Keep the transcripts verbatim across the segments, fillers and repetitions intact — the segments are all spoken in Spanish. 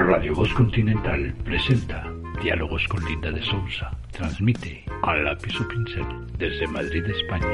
Radio Voz Continental presenta Diálogos con Linda de Sousa. Transmite a lápiz o pincel desde Madrid, España.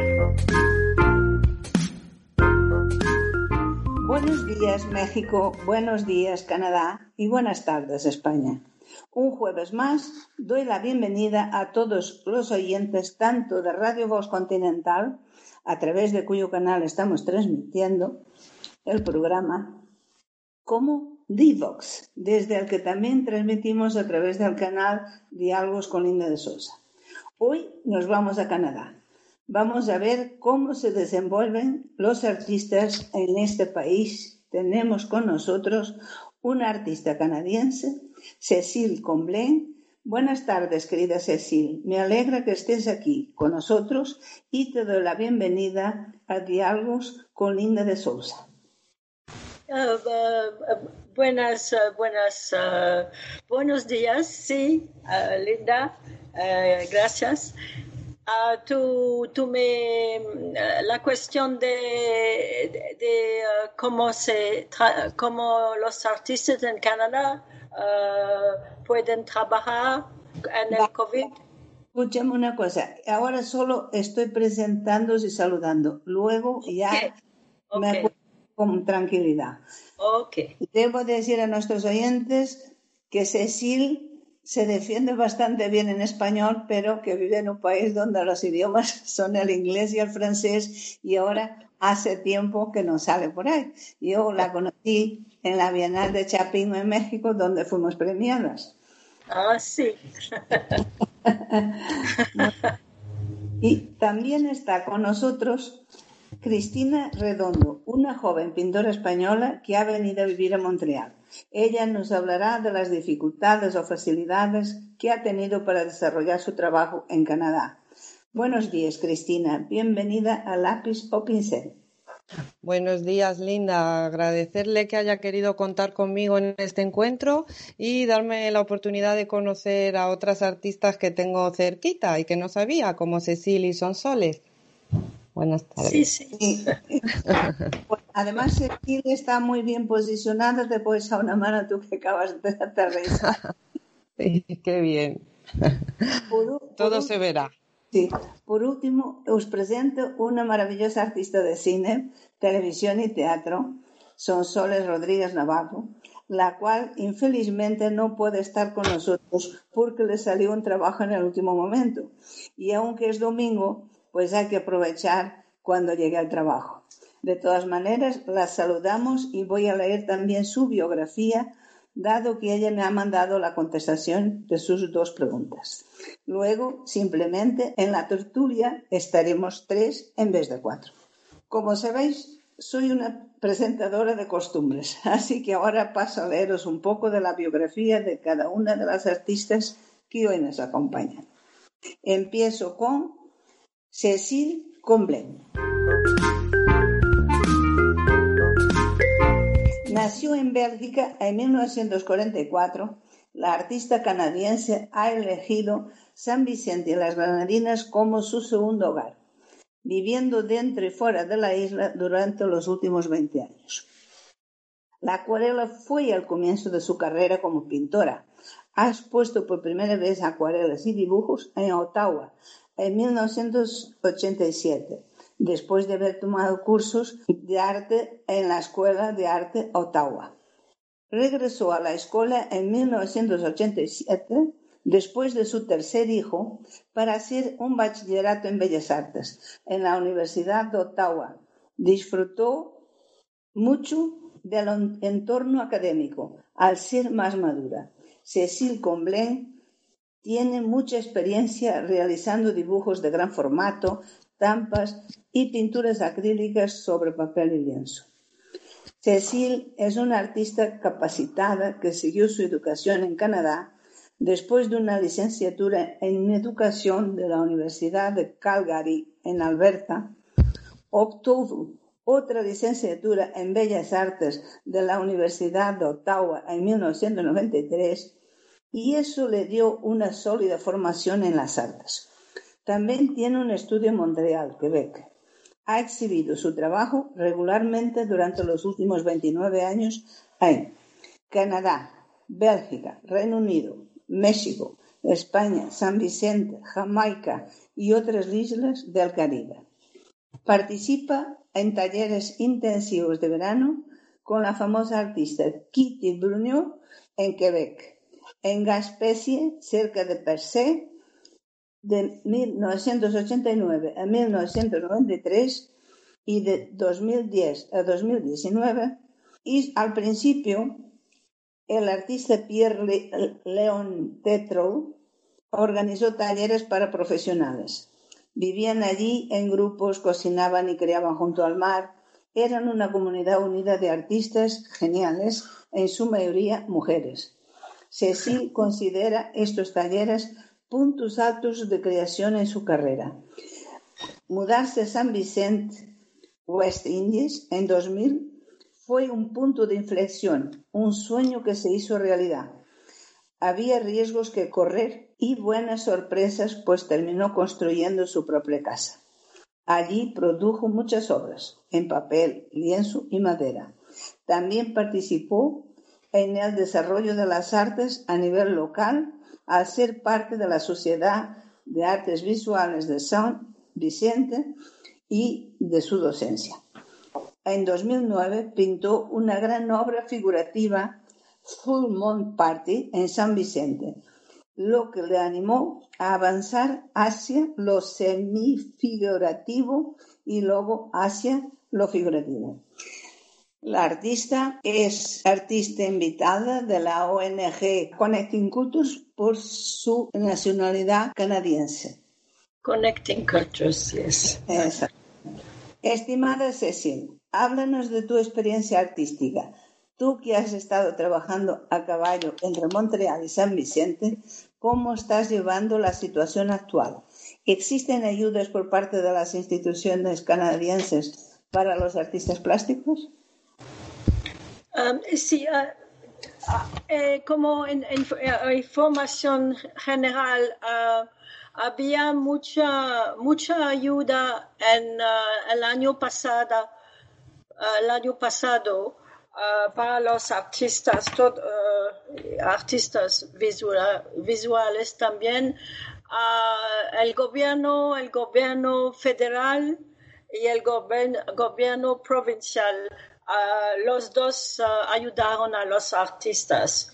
Buenos días, México, buenos días, Canadá y buenas tardes, España. Un jueves más doy la bienvenida a todos los oyentes tanto de Radio Voz Continental, a través de cuyo canal estamos transmitiendo el programa, como Divox, desde el que también transmitimos a través del canal Diálogos con Linda de Sousa. Hoy nos vamos a Canadá. Vamos a ver cómo se desenvuelven los artistas en este país. Tenemos con nosotros una artista canadiense, Cécile Comblain. Buenas tardes, querida Cécile. Me alegra que estés aquí con nosotros y te doy la bienvenida a Diálogos con Linda de Sousa. Uh, uh, buenas, uh, buenas, uh, buenos días, sí, uh, Linda, uh, gracias. Uh, tú, tú me, uh, la cuestión de, de, de uh, cómo se, tra- cómo los artistas en Canadá uh, pueden trabajar en el COVID. Escúchame una cosa, ahora solo estoy presentándoos y saludando, luego ya Okay. me Okay. acuerdo con tranquilidad. Okay. Debo decir a nuestros oyentes que Cécile se defiende bastante bien en español, pero que vive en un país donde los idiomas son el inglés y el francés, y ahora hace tiempo que no sale por ahí. Yo la conocí en la Bienal de Chapingo en México, donde fuimos premiadas. Ah, sí. Y también está con nosotros Cristina Redondo, una joven pintora española que ha venido a vivir a Montreal. Ella nos hablará de las dificultades o facilidades que ha tenido para desarrollar su trabajo en Canadá. Buenos días, Cristina. Bienvenida a Lápiz o Pincel. Buenos días, Linda. Agradecerle que haya querido contar conmigo en este encuentro y darme la oportunidad de conocer a otras artistas que tengo cerquita y que no sabía, como Cécile y Sonsoles. Buenas tardes. Sí, sí. Sí. Pues, además, Cecilia está muy bien posicionada. Te puedes echar una mano tú que acabas de aterrizar. Sí, qué bien. Por, por Todo último, se verá. sí. Por último, os presento una maravillosa artista de cine, televisión y teatro, Sonsoles Rodríguez Navarro, la cual infelizmente no puede estar con nosotros porque le salió un trabajo en el último momento. Y aunque es domingo, pues hay que aprovechar cuando llegue al trabajo. De todas maneras, la saludamos y voy a leer también su biografía, dado que ella me ha mandado la contestación de sus dos preguntas. Luego, simplemente, en la tertulia estaremos tres en vez de cuatro. Como sabéis, soy una presentadora de costumbres, así que ahora paso a leeros un poco de la biografía de cada una de las artistas que hoy nos acompañan. Empiezo con Cécile Comblain. Nació en Bélgica en mil novecientos cuarenta y cuatro. La artista canadiense ha elegido San Vicente y las Granadinas como su segundo hogar, viviendo dentro y fuera de la isla durante los últimos veinte años. La acuarela fue el comienzo de su carrera como pintora. Ha expuesto por primera vez acuarelas y dibujos en Ottawa en mil novecientos ochenta y siete, después de haber tomado cursos de arte en la Escuela de Arte Ottawa. Regresó a la escuela en mil novecientos ochenta y siete, después de su tercer hijo, para hacer un bachillerato en Bellas Artes en la Universidad de Ottawa. Disfrutó mucho del entorno académico al ser más madura. Cécile Comblain tiene mucha experiencia realizando dibujos de gran formato, tampas y pinturas acrílicas sobre papel y lienzo. Cécile es una artista capacitada que siguió su educación en Canadá después de una licenciatura en educación de la Universidad de Calgary en Alberta. Obtuvo otra licenciatura en Bellas Artes de la Universidad de Ottawa en mil novecientos noventa y tres, y eso le dio una sólida formación en las artes. También tiene un estudio en Montreal, Quebec. Ha exhibido su trabajo regularmente durante los últimos veintinueve años en Canadá, Bélgica, Reino Unido, México, España, San Vicente, Jamaica y otras islas del Caribe. Participa en talleres intensivos de verano con la famosa artista Kitty Brugnot en Quebec, en Gaspésie, cerca de Percé, de mil novecientos ochenta y nueve a mil novecientos noventa y tres y de dos mil diez a dos mil diecinueve. Y al principio, el artista Pierre-Léon Tétrault organizó talleres para profesionales. Vivían allí en grupos, cocinaban y criaban junto al mar. Eran una comunidad unida de artistas geniales, en su mayoría mujeres. Cécile considera estos talleres puntos altos de creación en su carrera. Mudarse a San Vicente, West Indies, en dos mil fue un punto de inflexión, un sueño que se hizo realidad. Había riesgos que correr y buenas sorpresas, pues terminó construyendo su propia casa. Allí produjo muchas obras, en papel, lienzo y madera. También participó en el desarrollo de las artes a nivel local, al ser parte de la Sociedad de Artes Visuales de San Vicente y de su docencia. En dos mil nueve pintó una gran obra figurativa, Full Moon Party, en San Vicente, lo que le animó a avanzar hacia lo semifigurativo y luego hacia lo figurativo. La artista es artista invitada de la O N G Connecting Cultures por su nacionalidad canadiense. Connecting Cultures, yes. Exacto. Estimada Cécile, háblanos de tu experiencia artística. Tú que has estado trabajando a caballo entre Montreal y San Vicente, ¿cómo estás llevando la situación actual? ¿Existen ayudas por parte de las instituciones canadienses para los artistas plásticos? Um, sí, uh, uh, eh, como en, en, en información general, uh, había mucha mucha ayuda en uh, el año pasado, uh, el año pasado uh, para los artistas, todo, uh, artistas visual, visuales también. Uh, el gobierno, el gobierno federal y el gobierno, gobierno provincial. Uh, los dos uh, ayudaron a los artistas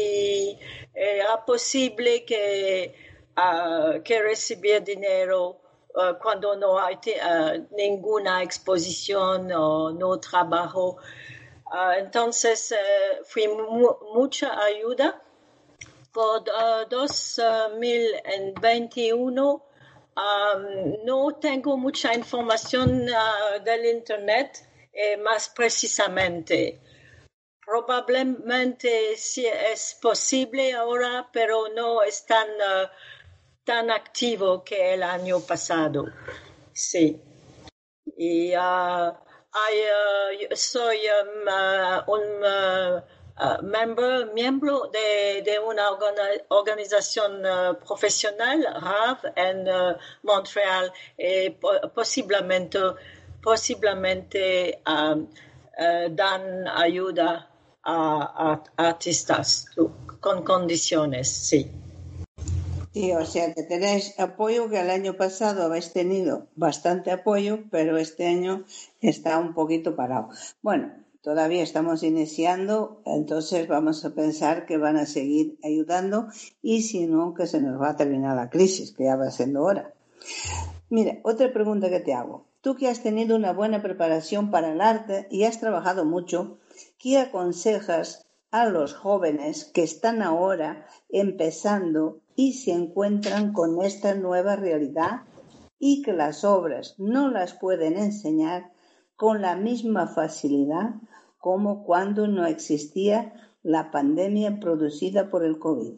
y era posible que, uh, que recibir dinero uh, cuando no hay uh, ninguna exposición o no trabajo. Uh, entonces uh, fue mu- mucha ayuda. Por uh, dos mil veintiuno um, no tengo mucha información uh, del internet. Eh, más precisamente. Probablemente sí es posible ahora, pero no es tan, uh, tan activo que el año pasado. Sí. Y uh, I, uh, soy um, uh, un uh, uh, member, miembro de, de una organi- organización uh, profesional, R A V, en uh, Montreal, y po- posiblemente posiblemente um, uh, dan ayuda a, a artistas con condiciones, sí. Sí, o sea que tenéis apoyo, que el año pasado habéis tenido bastante apoyo, pero este año está un poquito parado. Bueno, todavía estamos iniciando, entonces vamos a pensar que van a seguir ayudando y si no, que se nos va a terminar la crisis, que ya va siendo hora. Mira, otra pregunta que te hago. Tú que has tenido una buena preparación para el arte y has trabajado mucho, ¿qué aconsejas a los jóvenes que están ahora empezando y se encuentran con esta nueva realidad y que las obras no las pueden enseñar con la misma facilidad como cuando no existía la pandemia producida por el COVID?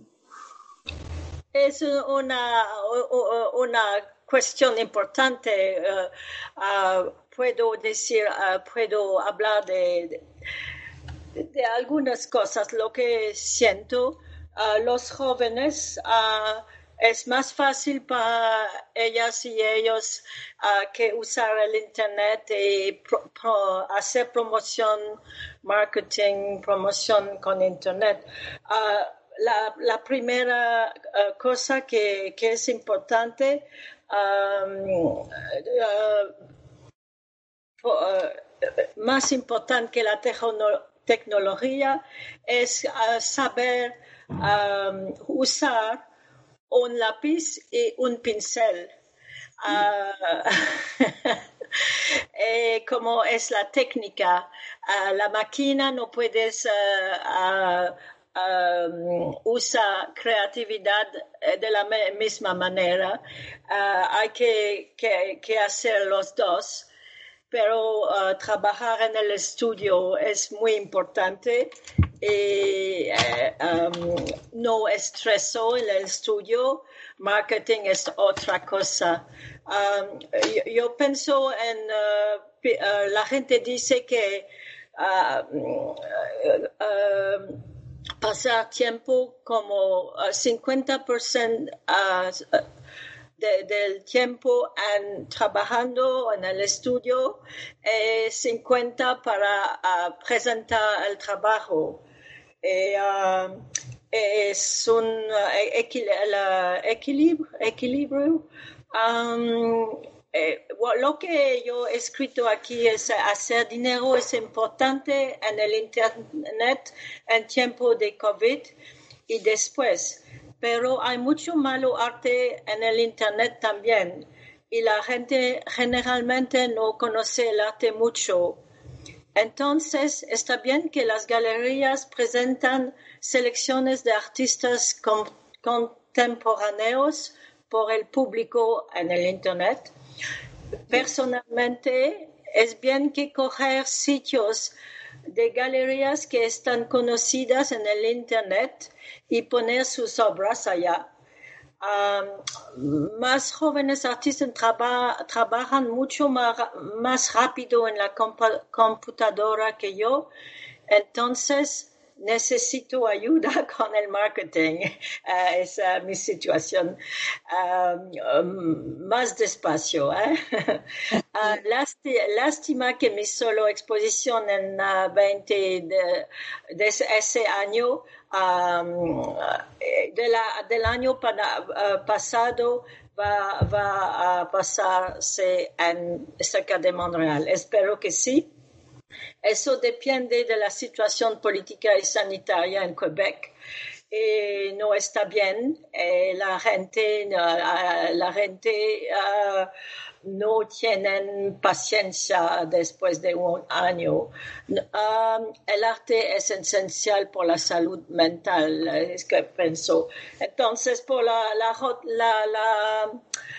Es una, una cuestión importante. Uh, uh, puedo decir, uh, puedo hablar de, de, de algunas cosas. Lo que siento, uh, los jóvenes uh, es más fácil para ellas y ellos uh, que usar el Internet y pro, pro, hacer promoción, marketing, promoción con Internet. Uh, la, la primera uh, cosa que, que es importante, um, uh, uh, más importante que la tecno, tecnología, es uh, saber um, usar un lápiz y un pincel. Uh, eh, como es la técnica, uh, la máquina no puedes uh, uh, um, usar creatividad de la misma manera. Uh, hay que, que, que hacer los dos, pero uh, trabajar en el estudio es muy importante. Y eh, um, no estreso en el estudio. Marketing es otra cosa. Um, yo, yo pienso en uh, uh, la gente dice que uh, uh, uh, pasar tiempo como uh, cincuenta por ciento uh, de, del tiempo en, trabajando en el estudio y cincuenta para uh, presentar el trabajo. Eh, uh, es un uh, equil- equilibrio, equilibrio. Um, eh, lo que yo he escrito aquí es hacer dinero es importante en el Internet en tiempo de COVID y después, pero hay mucho malo arte en el Internet también y la gente generalmente no conoce el arte mucho. Entonces, está bien que las galerías presentan selecciones de artistas con, contemporáneos por el público en el Internet. Personalmente, es bien que coger sitios de galerías que están conocidas en el Internet y poner sus obras allá. Um, más jóvenes artistas traba, trabajan mucho más, más rápido en la compa, computadora que yo, entonces necesito ayuda con el marketing. Uh, esa es mi situación. Um, um, más despacio. ¿eh? uh, lasti, lástima que mi solo exposición en uh, veinte de, de ese año Um, de la, del año para, uh, pasado va, va a pasarse en cerca de Montreal. Espero que sí. Eso depende de la situación política y sanitaria en Quebec. Y no está bien. Eh, la gente, la, la gente uh, no tienen paciencia después de un año. Um, el arte es esencial por la salud mental, es que pienso. Entonces, por la, la, la, la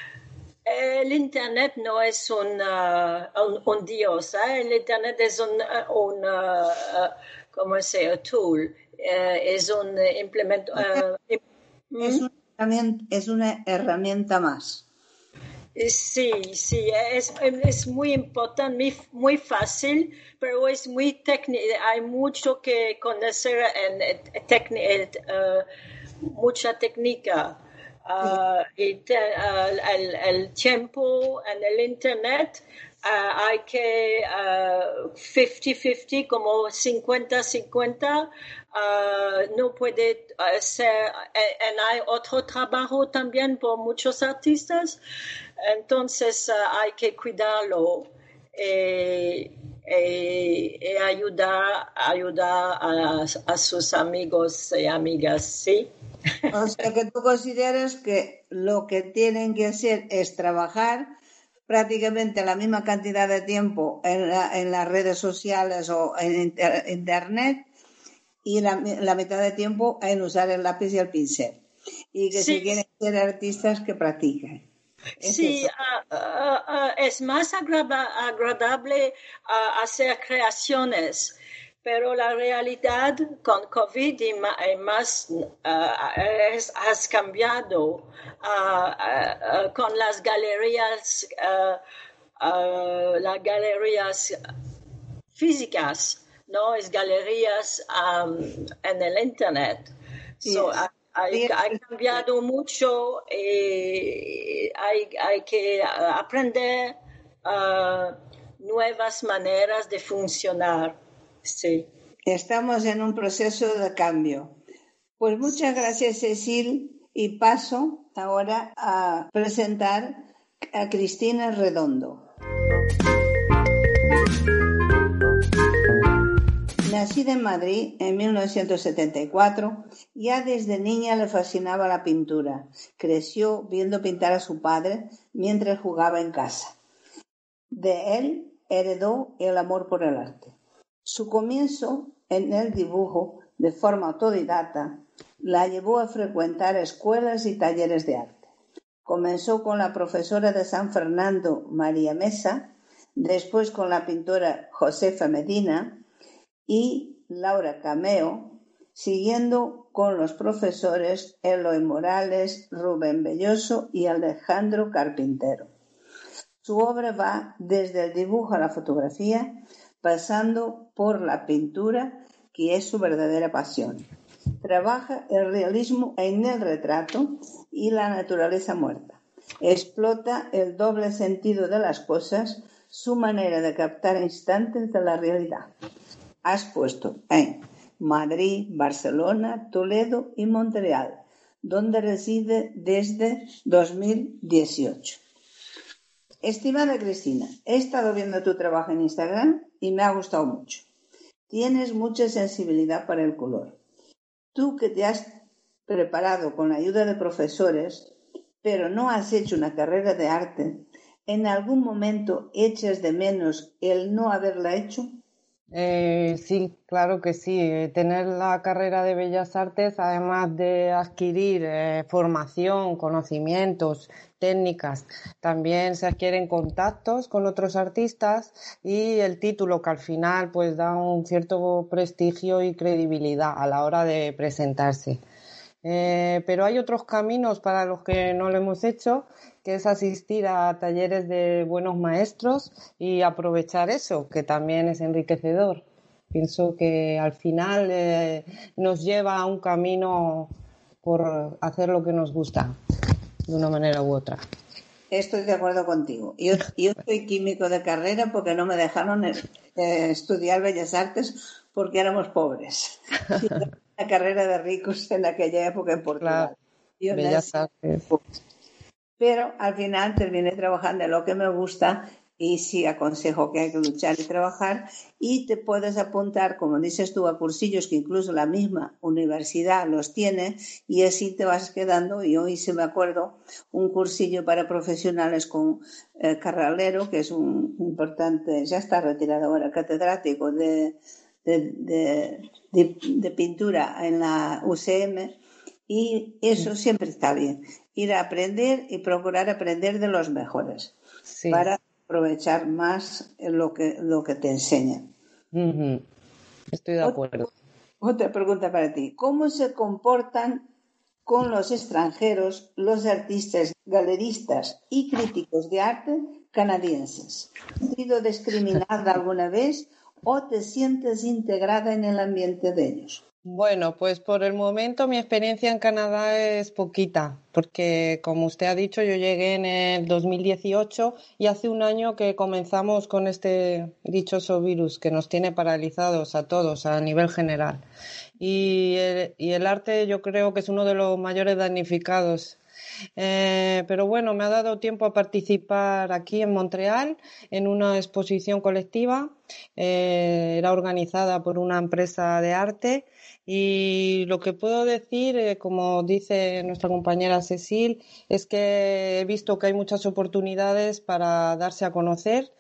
el Internet no es un, uh, un, un dios, ¿eh? El Internet es un, un uh, ¿cómo se llama? Tool, uh, es un implemento. Uh, es, una herramienta, es una herramienta más. Sí, sí, es, es muy importante, muy, muy fácil, pero es muy técnico. Hay mucho que conocer en técnica, uh, mucha técnica. Uh, y te, uh, el, el tiempo en el Internet uh, hay que uh, cincuenta cincuenta, como cincuenta cincuenta. Uh, no puede uh, ser, y hay otro trabajo también por muchos artistas, entonces uh, hay que cuidarlo y, y, y ayudar, ayudar a, a sus amigos y amigas, ¿sí? O sea que tú consideras que lo que tienen que hacer es trabajar prácticamente la misma cantidad de tiempo en, la, en las redes sociales o en inter, internet y la, la mitad de tiempo en usar el lápiz y el pincel. Y que sí. Si quieren ser artistas, que practiquen. ¿Es sí, uh, uh, uh, es más agrada, agradable uh, hacer creaciones. Pero la realidad con COVID y más uh, es, has cambiado uh, uh, uh, con las galerías, uh, uh, las galerías físicas, no es galerías um, en el Internet. Yes. So, uh, hay, hay cambiado mucho, eh, hay, hay que aprender uh, nuevas maneras de funcionar. Sí. Estamos en un proceso de cambio. Pues muchas gracias, Cecil, y paso ahora a presentar a Cristina Redondo. Nacida en Madrid en mil novecientos setenta y cuatro, ya desde niña le fascinaba la pintura. Creció viendo pintar a su padre mientras jugaba en casa. De él heredó el amor por el arte. Su comienzo en el dibujo de forma autodidacta la llevó a frecuentar escuelas y talleres de arte. Comenzó con la profesora de San Fernando, María Mesa, después con la pintora Josefa Medina y Laura Cameo, siguiendo con los profesores Eloy Morales, Rubén Belloso y Alejandro Carpintero. Su obra va desde el dibujo a la fotografía, pasando por la pintura, que es su verdadera pasión. Trabaja el realismo en el retrato y la naturaleza muerta. Explota el doble sentido de las cosas, su manera de captar instantes de la realidad. Has puesto en Madrid, Barcelona, Toledo y Montreal, donde reside desde dos mil dieciocho. Estimada Cristina, he estado viendo tu trabajo en Instagram y me ha gustado mucho. Tienes mucha sensibilidad para el color. Tú que te has preparado con la ayuda de profesores, pero no has hecho una carrera de arte, ¿en algún momento echas de menos el no haberla hecho? Eh, sí, claro que sí. Tener la carrera de Bellas Artes, además de adquirir eh, formación, conocimientos, técnicas, también se adquieren contactos con otros artistas y el título, que al final pues da un cierto prestigio y credibilidad a la hora de presentarse. Eh, pero hay otros caminos para los que no lo hemos hecho, que es asistir a talleres de buenos maestros y aprovechar eso, que también es enriquecedor. Pienso que al final eh, nos lleva a un camino por hacer lo que nos gusta, de una manera u otra. Estoy de acuerdo contigo. Yo, yo soy químico de carrera porque no me dejaron eh, estudiar Bellas Artes porque éramos pobres. Una carrera de ricos en aquella época en Portugal. Claro, Yo Bellas nací, Artes. pero al final terminé trabajando en lo que me gusta y sí aconsejo que hay que luchar y trabajar, y te puedes apuntar, como dices tú, a cursillos que incluso la misma universidad los tiene, y así te vas quedando. Y hoy se me acuerdo un cursillo para profesionales con eh, Carralero, que es un importante, ya está retirado ahora, catedrático de, de, de, de, de pintura en la U C M, y eso siempre está bien, ir a aprender y procurar aprender de los mejores, sí, para aprovechar más lo que, lo que te enseñan. Uh-huh. Estoy de acuerdo. Otra, otra pregunta para ti. ¿Cómo se comportan con los extranjeros los artistas, galeristas y críticos de arte canadienses? ¿Has sido discriminada alguna vez o te sientes integrada en el ambiente de ellos? Bueno, pues por el momento mi experiencia en Canadá es poquita, porque como usted ha dicho, yo llegué en el dos mil dieciocho y hace un año que comenzamos con este dichoso virus que nos tiene paralizados a todos a nivel general. Y el, y el arte yo creo que es uno de los mayores damnificados. Eh, pero bueno, me ha dado tiempo a participar aquí en Montreal en una exposición colectiva. Eh, era organizada por una empresa de arte. Y lo que puedo decir, eh, como dice nuestra compañera Cecil, es que he visto que hay muchas oportunidades para darse a conocer.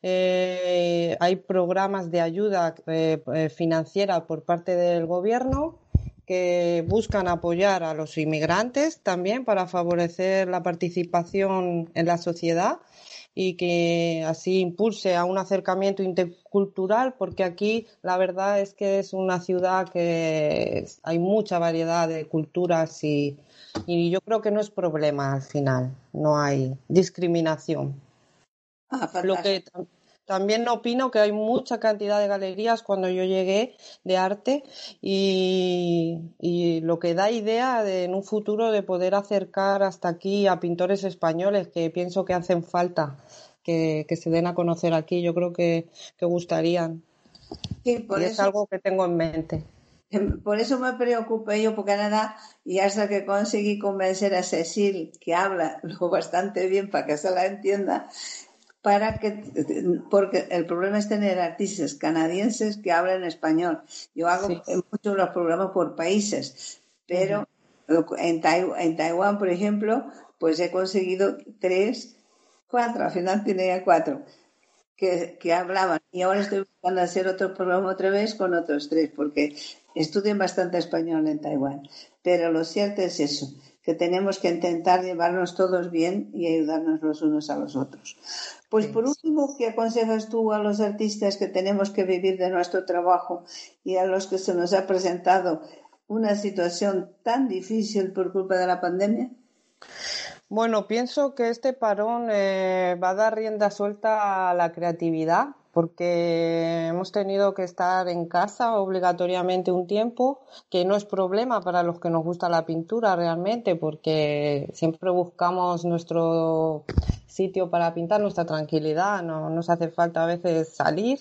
Eh, hay programas de ayuda eh, financiera por parte del gobierno que buscan apoyar a los inmigrantes también para favorecer la participación en la sociedad y que así impulse a un acercamiento intercultural, porque aquí la verdad es que es una ciudad que hay mucha variedad de culturas y, y yo creo que no es problema al final, no hay discriminación. Ah, Lo que, También opino que hay mucha cantidad de galerías cuando yo llegué de arte y, y lo que da idea de, en un futuro de poder acercar hasta aquí a pintores españoles que pienso que hacen falta, que, que se den a conocer aquí. Yo creo que, que gustarían. Sí, por Y es eso, algo que tengo en mente. por eso me preocupé yo por Canadá y hasta que conseguí convencer a Cecil, que habla lo bastante bien para que se la entienda, para que, porque el problema es tener artistas canadienses que hablan español. Yo hago Sí. muchos los programas por países, pero Uh-huh. en, Tai- en Taiwán, por ejemplo, pues he conseguido tres, cuatro, al final tenía cuatro que, que hablaban. Y ahora estoy buscando hacer otro programa otra vez con otros tres, porque estudian bastante español en Taiwán. Pero lo cierto es eso, que tenemos que intentar llevarnos todos bien y ayudarnos los unos a los otros. Pues Sí. por último, ¿qué aconsejas tú a los artistas que tenemos que vivir de nuestro trabajo y a los que se nos ha presentado una situación tan difícil por culpa de la pandemia? Bueno, pienso que este parón eh, va a dar rienda suelta a la creatividad, porque hemos tenido que estar en casa obligatoriamente un tiempo, que no es problema para los que nos gusta la pintura realmente, porque siempre buscamos nuestro sitio para pintar, nuestra tranquilidad, no nos hace falta a veces salir.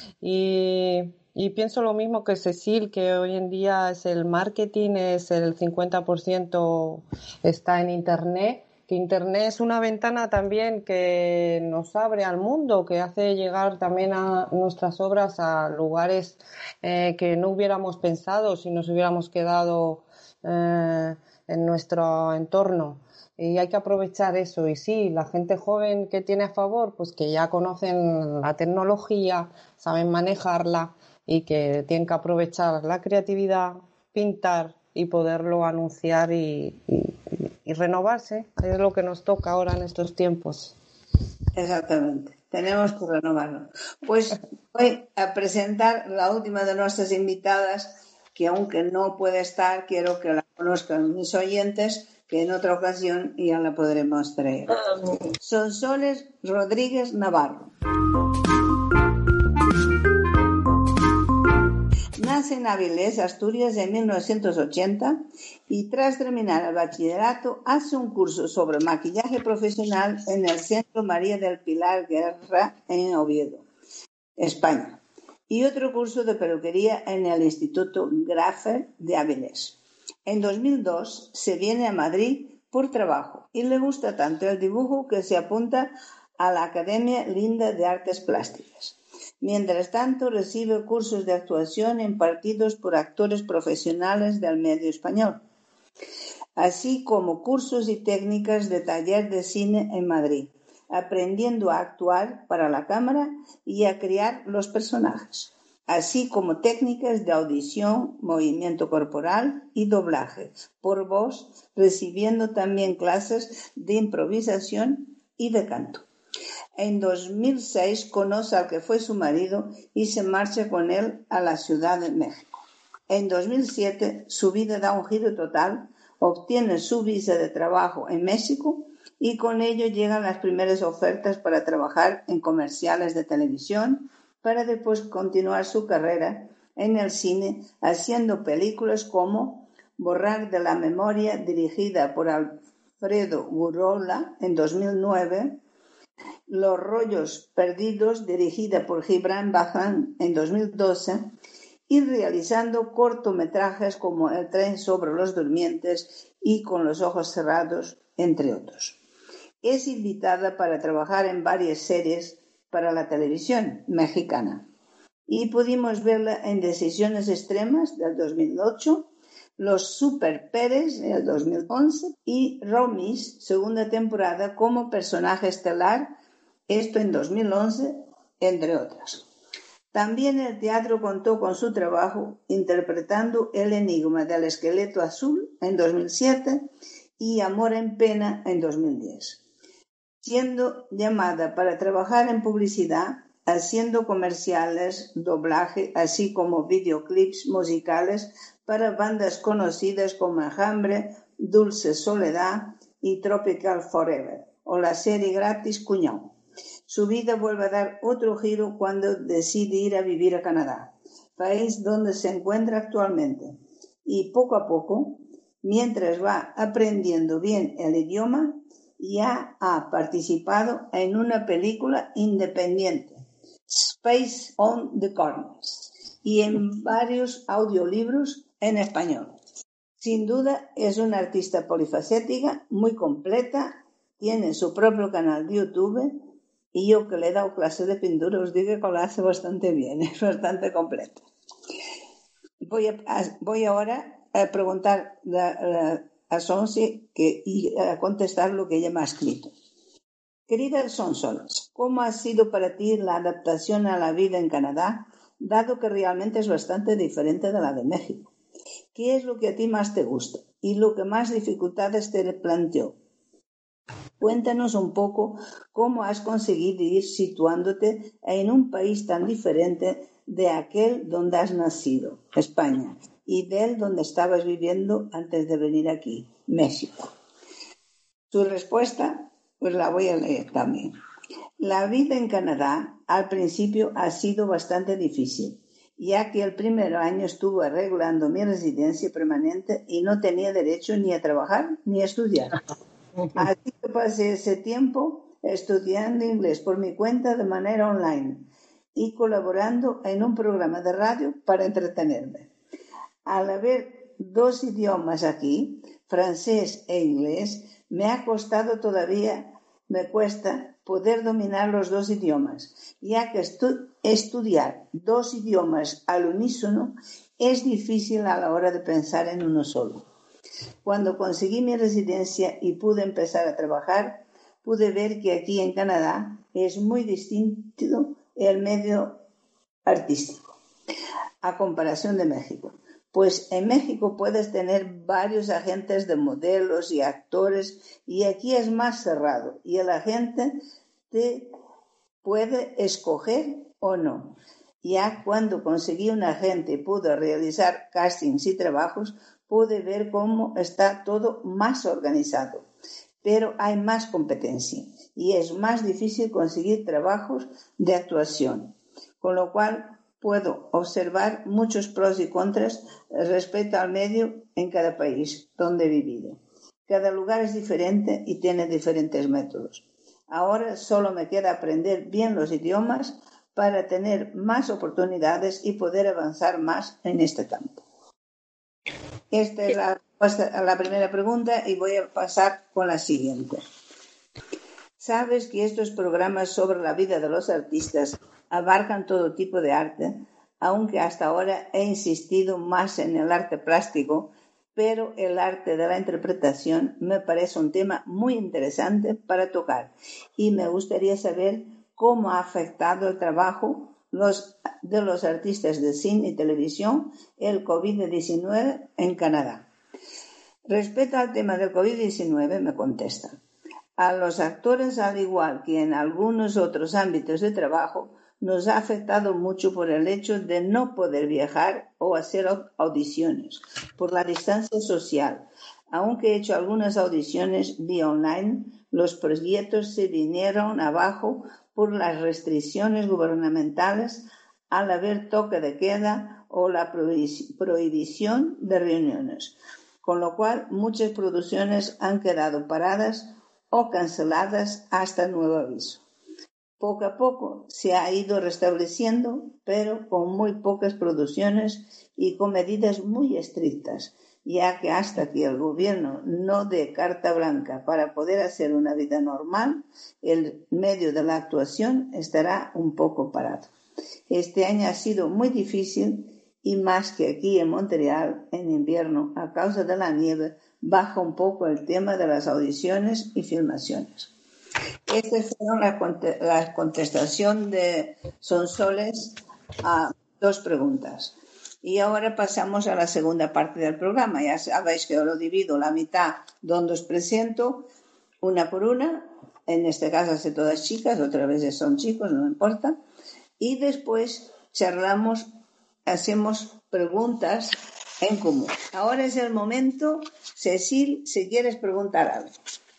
Y, y pienso lo mismo que Cecil, que hoy en día es el marketing, es el cincuenta por ciento está en Internet, que Internet es una ventana también que nos abre al mundo, que hace llegar también a nuestras obras a lugares eh, que no hubiéramos pensado si nos hubiéramos quedado eh, en nuestro entorno. Y hay que aprovechar eso. Y sí, la gente joven que tiene a favor, pues que ya conocen la tecnología, saben manejarla y que tienen que aprovechar la creatividad, pintar y poderlo anunciar y, y, y renovarse. Es lo que nos toca ahora en estos tiempos. Exactamente, tenemos que renovarlo. Pues voy a presentar la última de nuestras invitadas, que aunque no puede estar, quiero que la conozcan mis oyentes, que en otra ocasión ya la podremos traer. Sonsoles Rodríguez Navarro. Nace en Avilés, Asturias, en mil novecientos ochenta y tras terminar el bachillerato hace un curso sobre maquillaje profesional en el Centro María del Pilar Guerra en Oviedo, España, y otro curso de peluquería en el Instituto Graffer de Avilés. En dos mil dos se viene a Madrid por trabajo y le gusta tanto el dibujo que se apunta a la Academia Linda de Artes Plásticas. Mientras tanto, recibe cursos de actuación impartidos por actores profesionales del medio español, así como cursos y técnicas de taller de cine en Madrid, aprendiendo a actuar para la cámara y a crear los personajes, así como técnicas de audición, movimiento corporal y doblaje por voz, recibiendo también clases de improvisación y de canto. En dos mil seis conoce al que fue su marido y se marcha con él a la Ciudad de México. En dos mil siete su vida da un giro total, obtiene su visa de trabajo en México y con ello llegan las primeras ofertas para trabajar en comerciales de televisión, para después continuar su carrera en el cine haciendo películas como Borrar de la memoria, dirigida por Alfredo Gurola en dos mil nueve, Los rollos perdidos, dirigida por Gibran Bazán en dos mil doce, y realizando cortometrajes como El tren sobre los durmientes y Con los ojos cerrados, entre otros. Es invitada para trabajar en varias series para la televisión mexicana y pudimos verla en Decisiones extremas del dos mil ocho, Los Super Pérez del dos mil once y Romis, segunda temporada, como personaje estelar, esto en dos mil once, entre otras. También el teatro contó con su trabajo interpretando El enigma del esqueleto azul en dos mil siete y Amor en pena en dos mil diez. Siendo llamada para trabajar en publicidad, haciendo comerciales, doblaje, así como videoclips musicales para bandas conocidas como Enjambre, Dulce Soledad y Tropical Forever, o la serie gratis Cuñao. Su vida vuelve a dar otro giro cuando decide ir a vivir a Canadá, país donde se encuentra actualmente. Y poco a poco, mientras va aprendiendo bien el idioma, ya ha participado en una película independiente, Space on the Corners, y en varios audiolibros en español. Sin duda es una artista polifacética, muy completa, tiene su propio canal de YouTube y yo que le he dado clases de pintura os digo que lo hace bastante bien, es bastante completa. Voy, a, voy ahora a preguntar a, a Sonsi que, y a contestar lo que ella me ha escrito. Querida Sonsoles, ¿cómo ha sido para ti la adaptación a la vida en Canadá, dado que realmente es bastante diferente de la de México? ¿Qué es lo que a ti más te gusta y lo que más dificultades te planteó? Cuéntanos un poco cómo has conseguido ir situándote en un país tan diferente de aquel donde has nacido, España, y del donde estabas viviendo antes de venir aquí, México. Su respuesta, pues la voy a leer también. La vida en Canadá al principio ha sido bastante difícil, ya que el primer año estuve arreglando mi residencia permanente y no tenía derecho ni a trabajar ni a estudiar. Así que pasé ese tiempo estudiando inglés por mi cuenta de manera online y colaborando en un programa de radio para entretenerme. Al haber dos idiomas aquí, francés e inglés, me ha costado todavía, me cuesta poder dominar los dos idiomas, ya que estu- estudiar dos idiomas al unísono es difícil a la hora de pensar en uno solo. Cuando conseguí mi residencia y pude empezar a trabajar, pude ver que aquí en Canadá es muy distinto el medio artístico a comparación de México. Pues en México puedes tener varios agentes de modelos y actores y aquí es más cerrado y el agente te puede escoger o no. Ya cuando conseguí un agente y pude realizar castings y trabajos, pude ver cómo está todo más organizado, pero hay más competencia y es más difícil conseguir trabajos de actuación, con lo cual puedo observar muchos pros y contras respecto al medio en cada país donde he vivido. Cada lugar es diferente y tiene diferentes métodos. Ahora solo me queda aprender bien los idiomas para tener más oportunidades y poder avanzar más en este campo. Esta es la, la primera pregunta y voy a pasar con la siguiente. ¿Sabes que estos programas sobre la vida de los artistas abarcan todo tipo de arte, aunque hasta ahora he insistido más en el arte plástico, pero el arte de la interpretación me parece un tema muy interesante para tocar y me gustaría saber cómo ha afectado el trabajo los, de los artistas de cine y televisión el covid diecinueve en Canadá? Respecto al tema del covid diecinueve, me contesta. A los actores, al igual que en algunos otros ámbitos de trabajo, nos ha afectado mucho por el hecho de no poder viajar o hacer audiciones por la distancia social. Aunque he hecho algunas audiciones vía online, los proyectos se vinieron abajo por las restricciones gubernamentales al haber toque de queda o la prohibición de reuniones, con lo cual muchas producciones han quedado paradas o canceladas hasta nuevo aviso. Poco a poco se ha ido restableciendo, pero con muy pocas producciones y con medidas muy estrictas, ya que hasta que el gobierno no dé carta blanca para poder hacer una vida normal, el medio de la actuación estará un poco parado. Este año ha sido muy difícil y más que aquí en Montreal, en invierno, a causa de la nieve, baja un poco el tema de las audiciones y filmaciones. Esta fue la contestación de Sonsoles a dos preguntas. Y ahora pasamos a la segunda parte del programa. Ya sabéis que lo divido la mitad donde os presento una por una. En este caso son todas chicas, otras veces son chicos, no me importa. Y después charlamos, hacemos preguntas en común. Ahora es el momento, Cecil, si quieres preguntar algo.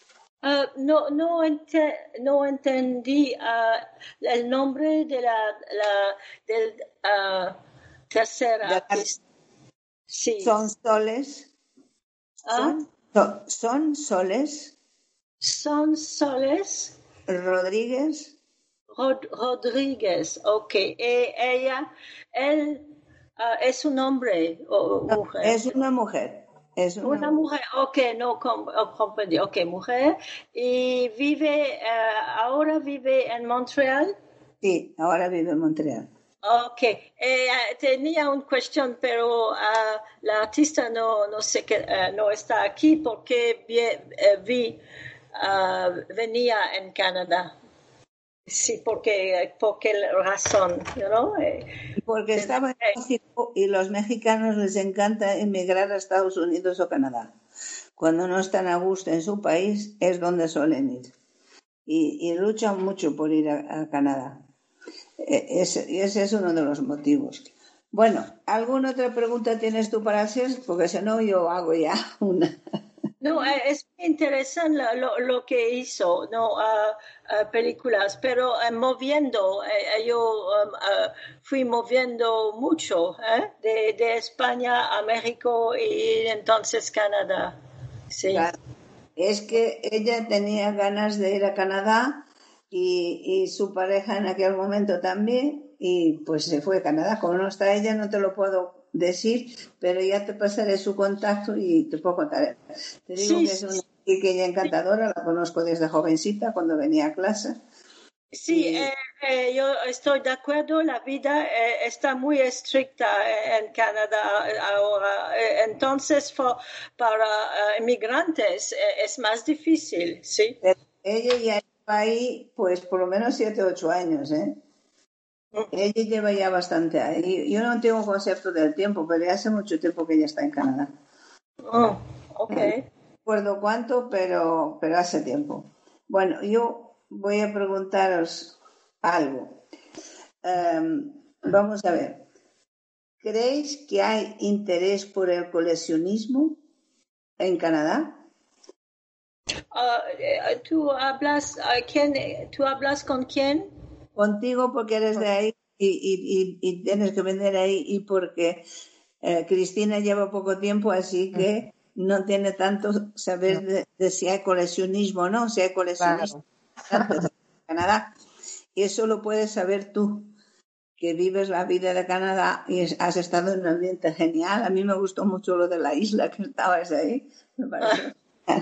Uh, no, no, ente, no entendí uh, el nombre de la, la del uh, tercer De artista. Sí. Son Soles. ¿Ah? Son, son Soles. Son Soles. Rodríguez. Rod, Rodríguez, ok. E, ella, él uh, es un hombre o No, mujer. es una mujer. Es una, una mujer, ok, no comprendí, ok, mujer. Y vive, uh, ahora vive en Montreal. Sí, ahora vive en Montreal. Ok, eh, tenía una cuestión, pero uh, la artista no, no sé que uh, no está aquí porque vi, uh, vi uh, venía en Canadá. Sí, porque, ¿por qué razón? You know? Porque estaba en México y los mexicanos les encanta emigrar a Estados Unidos o Canadá. Cuando no están a gusto en su país es donde suelen ir. Y, y luchan mucho por ir a, a Canadá. Ese, ese es uno de los motivos. Bueno, ¿alguna otra pregunta tienes tú para hacer? Porque si no, yo hago ya una. No, es interesante lo, lo que hizo, no, uh, uh, películas, pero uh, moviendo, uh, yo um, uh, fui moviendo mucho, ¿eh? de, de España a México y entonces Canadá. Sí. Claro. Es que ella tenía ganas de ir a Canadá y, y su pareja en aquel momento también, y pues se fue a Canadá. Como no está ella, no te lo puedo decir, pero ya te pasaré su contacto y te puedo contar. Te digo sí, que es una pequeña encantadora, la conozco desde jovencita cuando venía a clase. Sí, y... eh, eh, yo estoy de acuerdo, la vida eh, está muy estricta en Canadá ahora, eh, entonces for, para uh, inmigrantes eh, es más difícil, ¿sí? Pero ella ya lleva ahí, pues por lo menos siete, ocho años, ¿eh? Ella lleva ya bastante ahí. Yo no tengo concepto del tiempo, pero ya hace mucho tiempo que ella está en Canadá. Oh, ok. No recuerdo cuánto, pero, pero hace tiempo. Bueno, yo voy a preguntaros algo. Um, vamos a ver. ¿Creéis que hay interés por el coleccionismo en Canadá? Uh, ¿tú, hablas, uh, ¿quién, ¿Tú hablas con quién? Contigo porque eres de ahí y, y, y, y tienes que vender ahí y porque eh, Cristina lleva poco tiempo, así que no tiene tanto saber de, de si hay coleccionismo o no, si hay coleccionismo claro. en Canadá. Y eso lo puedes saber tú, que vives la vida de Canadá y has estado en un ambiente genial. A mí me gustó mucho lo de la isla que estabas ahí. Me pareció. uh,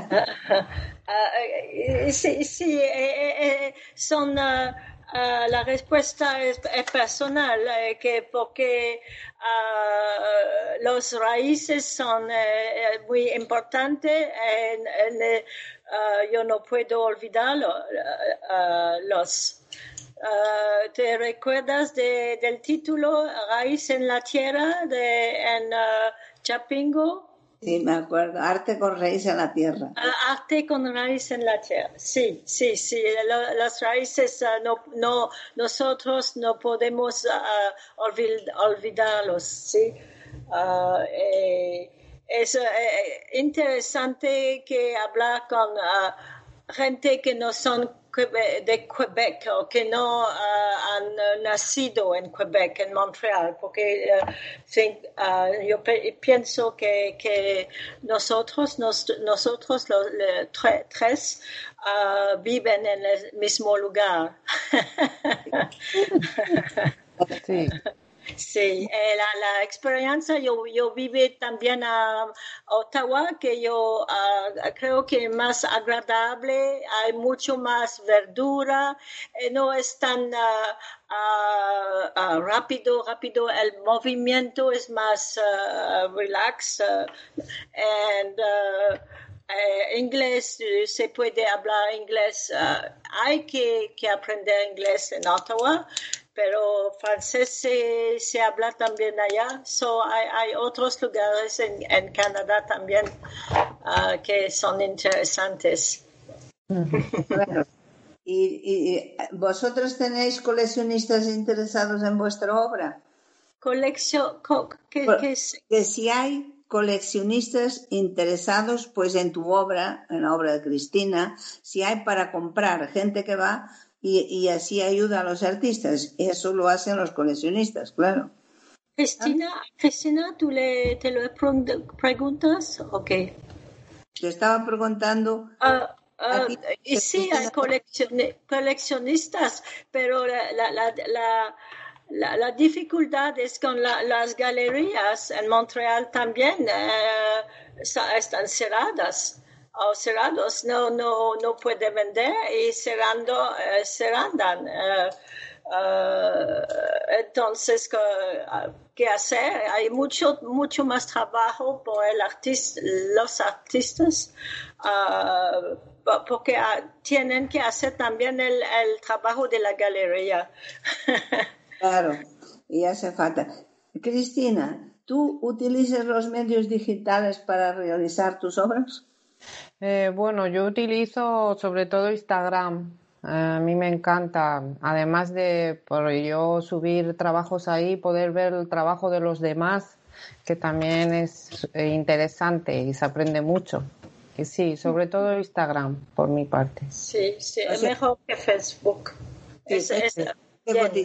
uh, sí, sí eh, eh, son... Uh, Uh, la respuesta es, es personal, eh, que porque uh, los raíces son eh, muy importantes. En, en, uh, yo no puedo olvidarlo. Uh, los, uh, ¿Te recuerdas de, del título Raíz en la Tierra de en uh, Chapingo? Sí, me acuerdo. Arte con raíz en la tierra. Uh, arte con raíz en la tierra. Sí, sí, sí. Lo, las raíces uh, no, no, nosotros no podemos uh, olvid, olvidarlos. Sí. Uh, eh, es eh, interesante que hablar con uh, gente que no son de Quebec o que no uh, han nacido en Quebec, en Montreal, porque uh, think, uh, yo pe- pienso que, que nosotros, nos, nosotros los, los tre- tres, uh, viven en el mismo lugar. Sí. Sí, eh, la, la experiencia, yo, yo viví también a, a Ottawa, que yo uh, creo que es más agradable, hay mucho más verdura, eh, no es tan uh, uh, uh, rápido, rápido, el movimiento es más uh, relax, uh, and uh, Eh, inglés, se puede hablar inglés, uh, hay que, que aprender inglés en Ottawa, pero francés se, se habla también allá. So, hay, hay otros lugares en, en Canadá también uh, que son interesantes. Claro. ¿Y, y vosotros tenéis coleccionistas interesados en vuestra obra? Colección, co, ¿qué, Por, qué es? que si hay coleccionistas interesados pues en tu obra, en la obra de Cristina, si hay para comprar, gente que va y, y así ayuda a los artistas. Eso lo hacen los coleccionistas, claro. Cristina, Cristina, ¿tú le, te lo preguntas? Ok. Te estaba preguntando... Uh, uh, y sí, hay coleccionistas, pero la, la, la, la La, la dificultad es con la, las galerías en Montreal también eh, están cerradas o cerrados, no, no, no puede vender y cerrando, eh, cerrandan. Eh, eh, entonces, ¿qué, ¿qué hacer? Hay mucho, mucho más trabajo por el artista, los artistas, uh, porque tienen que hacer también el, el trabajo de la galería. Claro, y hace falta. Cristina, ¿tú utilizas los medios digitales para realizar tus obras? Eh, bueno, yo utilizo sobre todo Instagram. Eh, a mí me encanta, además de por yo subir trabajos ahí, poder ver el trabajo de los demás, que también es eh, interesante y se aprende mucho. Y sí, sobre todo Instagram, por mi parte. Sí, sí, O es sea, mejor que Facebook. Sí, es, es, sí. bien.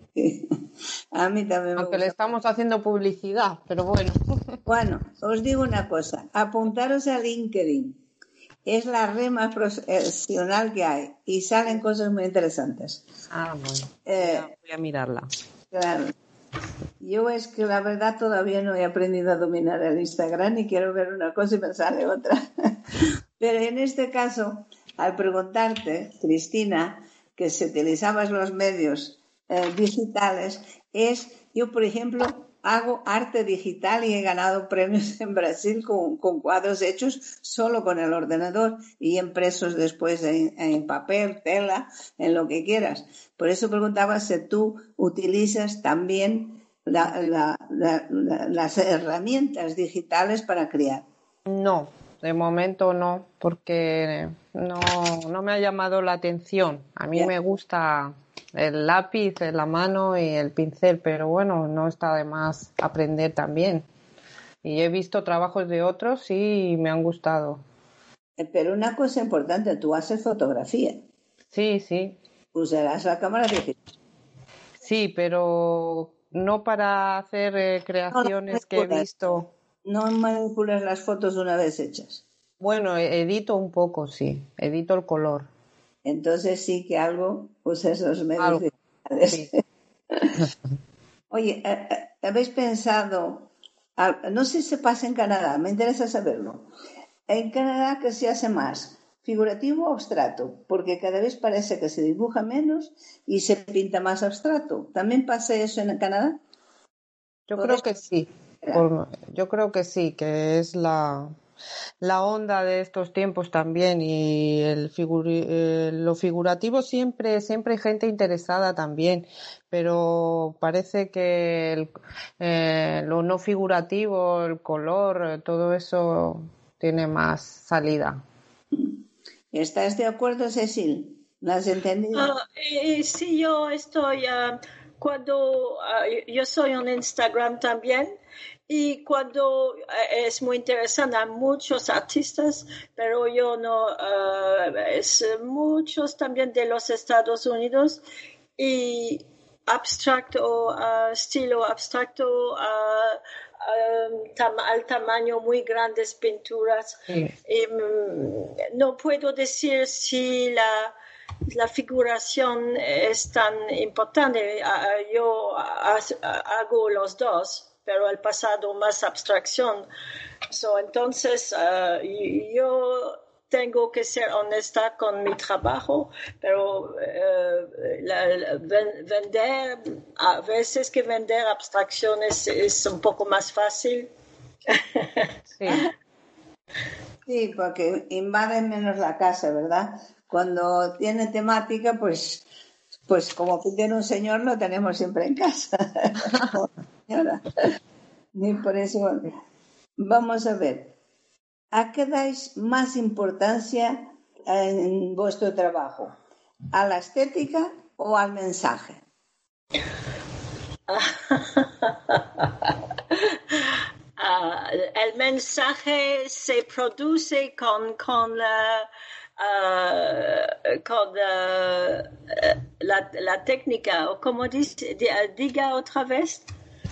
A mí también me Aunque gusta. le estamos haciendo publicidad, pero bueno. Bueno, os digo una cosa, apuntaros a LinkedIn. Es la red más profesional que hay y salen cosas muy interesantes. Ah, bueno, Eh, voy a mirarla. Claro. Yo es que la verdad todavía no he aprendido a dominar el Instagram y quiero ver una cosa y me sale otra. Pero en este caso, al preguntarte, Cristina, que si utilizabas los medios eh, digitales, es, yo por ejemplo, hago arte digital y he ganado premios en Brasil con, con cuadros hechos solo con el ordenador y impresos después en, en papel, tela, en lo que quieras. Por eso preguntaba si tú utilizas también la, la, la, la, las herramientas digitales para crear. No, de momento no, porque no, no me ha llamado la atención. A mí Yeah. me gusta el lápiz, la mano y el pincel, pero bueno, no está de más aprender también. Y he visto trabajos de otros y me han gustado. Pero una cosa importante, tú haces fotografía. Sí, sí. Usarás la cámara digital. Sí, pero no para hacer eh, creaciones que he visto. No manipulas las fotos una vez hechas. Bueno, edito un poco, sí. Edito el color. Entonces sí que algo usas los medios Algo, digitales. sí. Oye, ¿habéis pensado? No sé si se pasa en Canadá, me interesa saberlo. En Canadá, ¿qué se hace más? ¿Figurativo o abstracto? Porque cada vez parece que se dibuja menos y se pinta más abstracto. ¿También pasa eso en Canadá? Yo creo ¿Podés? que sí. Por, yo creo que sí, que es la, la onda de estos tiempos también y el figuri, eh, lo figurativo siempre, siempre hay gente interesada también, pero parece que el, eh, lo no figurativo, el color, todo eso tiene más salida. ¿Estás de acuerdo, Cecil? ¿Lo has entendido? Uh, eh, sí, yo estoy, uh, cuando uh, yo soy en Instagram también, y cuando uh, es muy interesante, hay muchos artistas, pero yo no, uh, es muchos también de los Estados Unidos, y abstracto, uh, estilo abstracto, uh, Um, tam- al tamaño muy grandes pinturas. Sí. Y, um, no puedo decir si la, la figuración es tan importante. Uh, yo uh, hago los dos, pero el pasado más abstracción. So, entonces, uh, yo tengo que ser honesta con mi trabajo, pero uh, la, la, vender, a veces que vender abstracciones es un poco más fácil. Sí. Sí, porque invaden menos la casa, ¿verdad? Cuando tiene temática, pues, pues como tiene un señor, lo tenemos siempre en casa. Y por eso, vamos a ver. ¿A qué dais más importancia en vuestro trabajo? ¿A la estética o al mensaje? Uh, el mensaje se produce con, con, uh, uh, con uh, la, la técnica, o como dice, diga otra vez.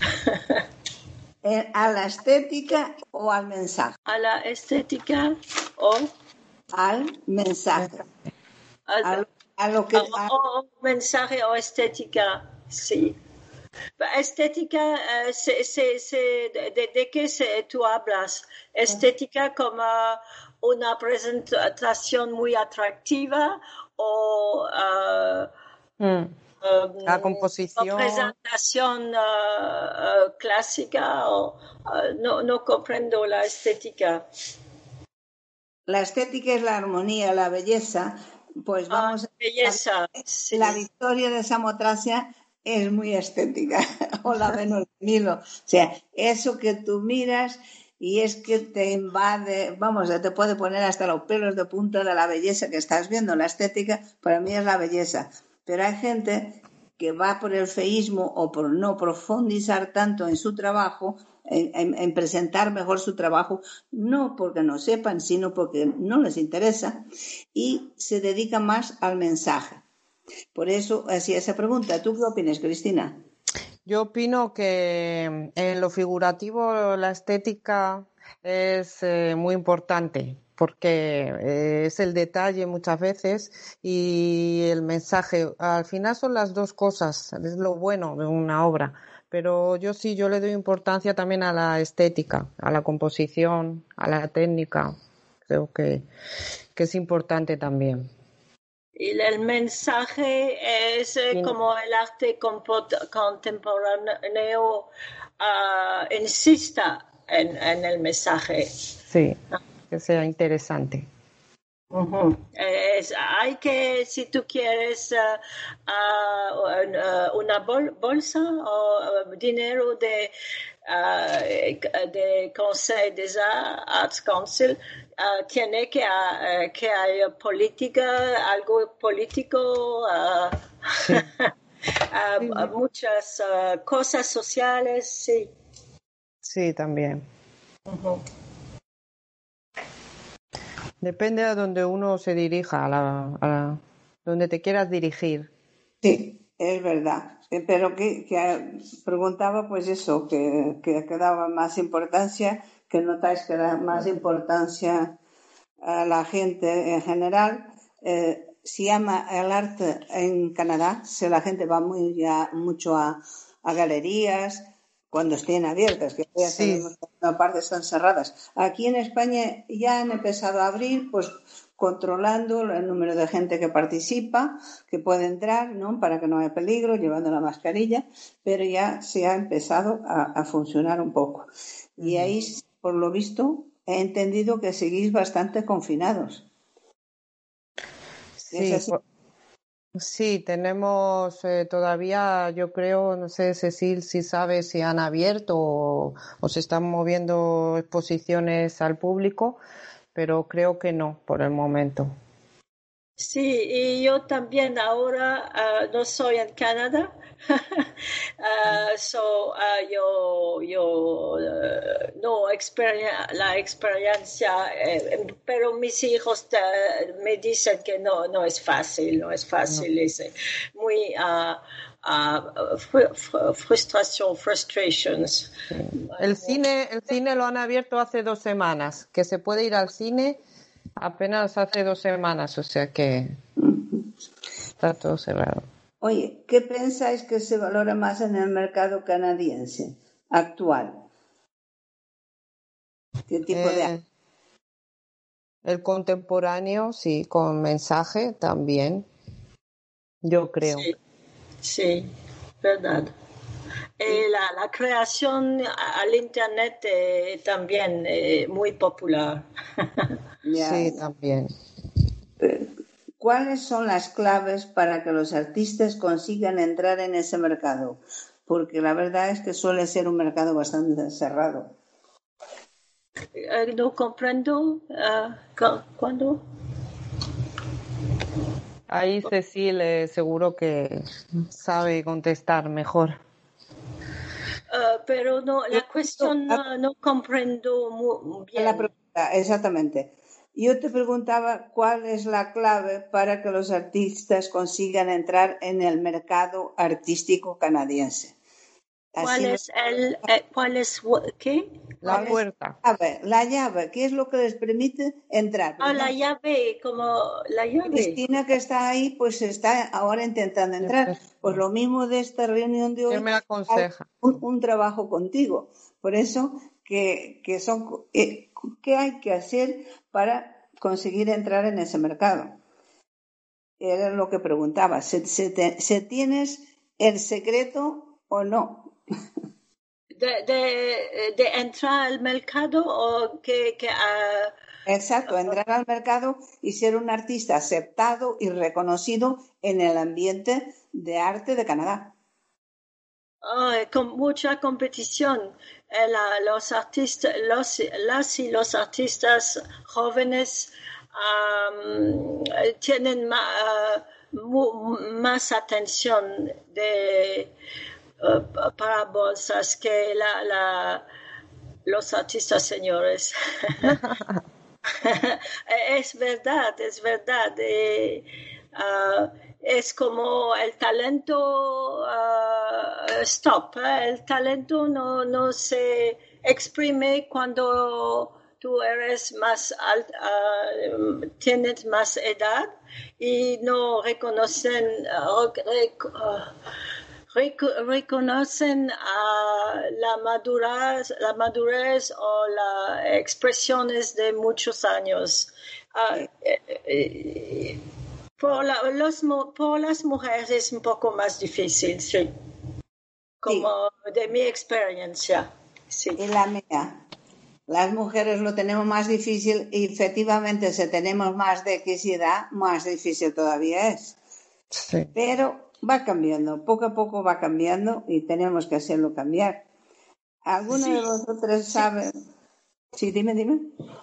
¿A la estética o al mensaje? A la estética o al mensaje. A, a, a lo que a, o, o mensaje o estética, sí. Estética, uh, se, se, se, de, ¿de qué se, tú hablas? Estética como una presentación muy atractiva o uh, mm. um, la composición, una presentación uh, uh, clásica o uh, no, no comprendo la estética. La estética es la armonía, la belleza. Pues vamos ah, belleza, a sí. La Victoria de Samotracia es muy estética, o la Venus de Milo. O sea, eso que tú miras y es que te invade, vamos, te puede poner hasta los pelos de punta de la belleza que estás viendo. La estética para mí es la belleza. Pero hay gente que va por el feísmo o por no profundizar tanto en su trabajo, en, en, en presentar mejor su trabajo, no porque no sepan, sino porque no les interesa y se dedican más al mensaje. Por eso hacía esa pregunta. ¿Tú qué opinas, Cristina? Yo opino que en lo figurativo la estética es eh, muy importante porque eh, es el detalle muchas veces y el mensaje. Al final son las dos cosas, es lo bueno de una obra. Pero yo sí, yo le doy importancia también a la estética, a la composición, a la técnica. Creo que, que es importante también. Y el mensaje es eh, como el arte contemporáneo uh, insista en, en el mensaje. Sí, que sea interesante. Uh-huh. Es, hay que, si tú quieres uh, uh, una bol- bolsa o uh, dinero de, uh, de Conseil des Arts Council, uh, tiene que, uh, que haya política, algo político, uh, sí. uh, sí. muchas uh, cosas sociales, sí. Sí, también. Uh-huh. Depende a donde uno se dirija, a la, a la, donde te quieras dirigir. Sí, es verdad. Pero que, que preguntaba, pues eso, que, que, que daba más importancia, que notáis que da más importancia a la gente en general. Eh, se llama el arte en Canadá, si la gente va muy ya, mucho a, a galerías, cuando estén abiertas, que ya sí. sabemos que una parte están cerradas. Aquí en España ya han empezado a abrir, pues controlando el número de gente que participa, que puede entrar, ¿no? Para que no haya peligro, llevando la mascarilla, pero ya se ha empezado a, a funcionar un poco. Uh-huh. Y ahí, por lo visto, he entendido que seguís bastante confinados. Sí, por... sí, tenemos eh, todavía, yo creo, no sé, Cecil, si sabes si han abierto o, o se están moviendo exposiciones al público, pero creo que no, por el momento. Sí, y yo también ahora uh, no soy en Canadá, uh, so uh, yo, yo uh, no experien- la experiencia, eh, pero mis hijos te, me dicen que no, no es fácil, no es fácil, no. Es muy uh, uh, fr- fr- frustración, frustrations. El cine, el cine lo han abierto hace dos semanas, que se puede ir al cine. Apenas hace dos semanas, o sea que está todo cerrado. Oye, ¿qué pensáis que se valora más en el mercado canadiense actual? ¿Qué tipo eh, de arte? El contemporáneo, sí, con mensaje también, yo creo. Sí, sí, verdad. Eh, la, la creación al internet eh, también eh, muy popular. Ya, sí, ya. también. ¿Cuáles son las claves para que los artistas consigan entrar en ese mercado? Porque la verdad es que suele ser un mercado bastante cerrado. Eh, no comprendo uh, cuándo. Ahí Cecil eh, seguro que sabe contestar mejor. uh, pero no, la cuestión no, no comprendo muy bien. La pregunta, exactamente. Yo te preguntaba cuál es la clave para que los artistas consigan entrar en el mercado artístico canadiense. ¿Cuál Así es el, eh, cuál es qué? La puerta. La llave, la llave, ¿qué es lo que les permite entrar? Ah, la llave, como la llave. Cristina, que está ahí, pues está ahora intentando entrar. Pues lo mismo de esta reunión de hoy. ¿Qué me aconseja? Un, un trabajo contigo. Por eso que, que son, eh, ¿qué hay que hacer para conseguir entrar en ese mercado? Era lo que preguntaba. ¿Se, se, te, ¿se tienes el secreto o no? De, de, de entrar al mercado o que... que uh, Exacto, entrar al mercado y ser un artista aceptado y reconocido en el ambiente de arte de Canadá. Oh, con mucha competición. Eh, la, los artistas, los, las y los artistas jóvenes um, tienen ma, uh, más atención de Uh, para bolsas que la, la, los artistas señores. Es verdad, es verdad. Eh, uh, es como el talento uh, stop. ¿eh? El talento no, no se exprime cuando tú eres más alto, uh, tienes más edad y no reconocen uh, uh, reconocen uh, la madurez, la madurez o las expresiones de muchos años. Uh, eh, eh, por, la, los, por las mujeres es un poco más difícil, sí. Como sí. De mi experiencia. Sí. Y la mía. Las mujeres lo tenemos más difícil y efectivamente si tenemos más de X edad, más difícil todavía es. Sí. Pero va cambiando, poco a poco va cambiando y tenemos que hacerlo cambiar. ¿Alguno sí. de vosotros sabe? Sí, dime, dime.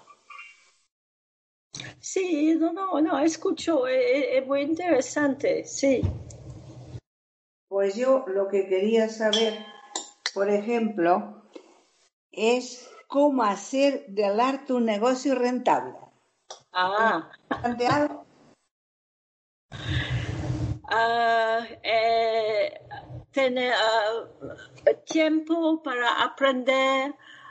Sí, no, no, no, escucho, es, es muy interesante, sí. Pues yo lo que quería saber, por ejemplo, es cómo hacer del arte un negocio rentable. Ah. ¿Planteado? Uh, eh, tener uh, tiempo para aprender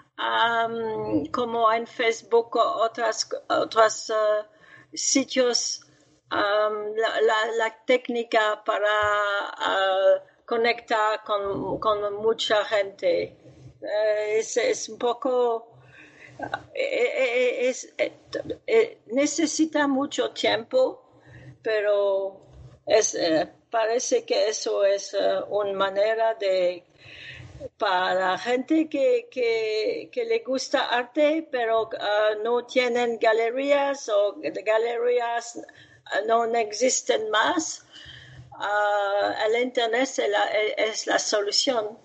um, como en Facebook o otras, otros uh, sitios um, la, la, la técnica para uh, conectar con, con mucha gente. Uh, es, es un poco uh, es, es, es, necesita mucho tiempo, pero Es, eh, parece que eso es uh, una manera de para la gente que, que, que le gusta arte pero uh, no tienen galerías o galerías uh, no existen más. Uh, el internet es la, es la solución.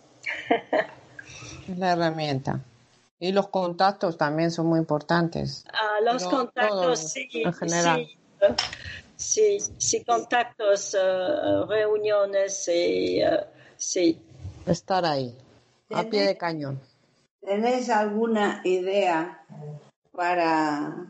Es la herramienta. Y los contactos también son muy importantes. Uh, los pero contactos, todos, sí. En general. Sí. Sí, sí, contactos, uh, reuniones, y, uh, sí. Estar ahí, a pie de cañón. ¿Tenéis alguna idea para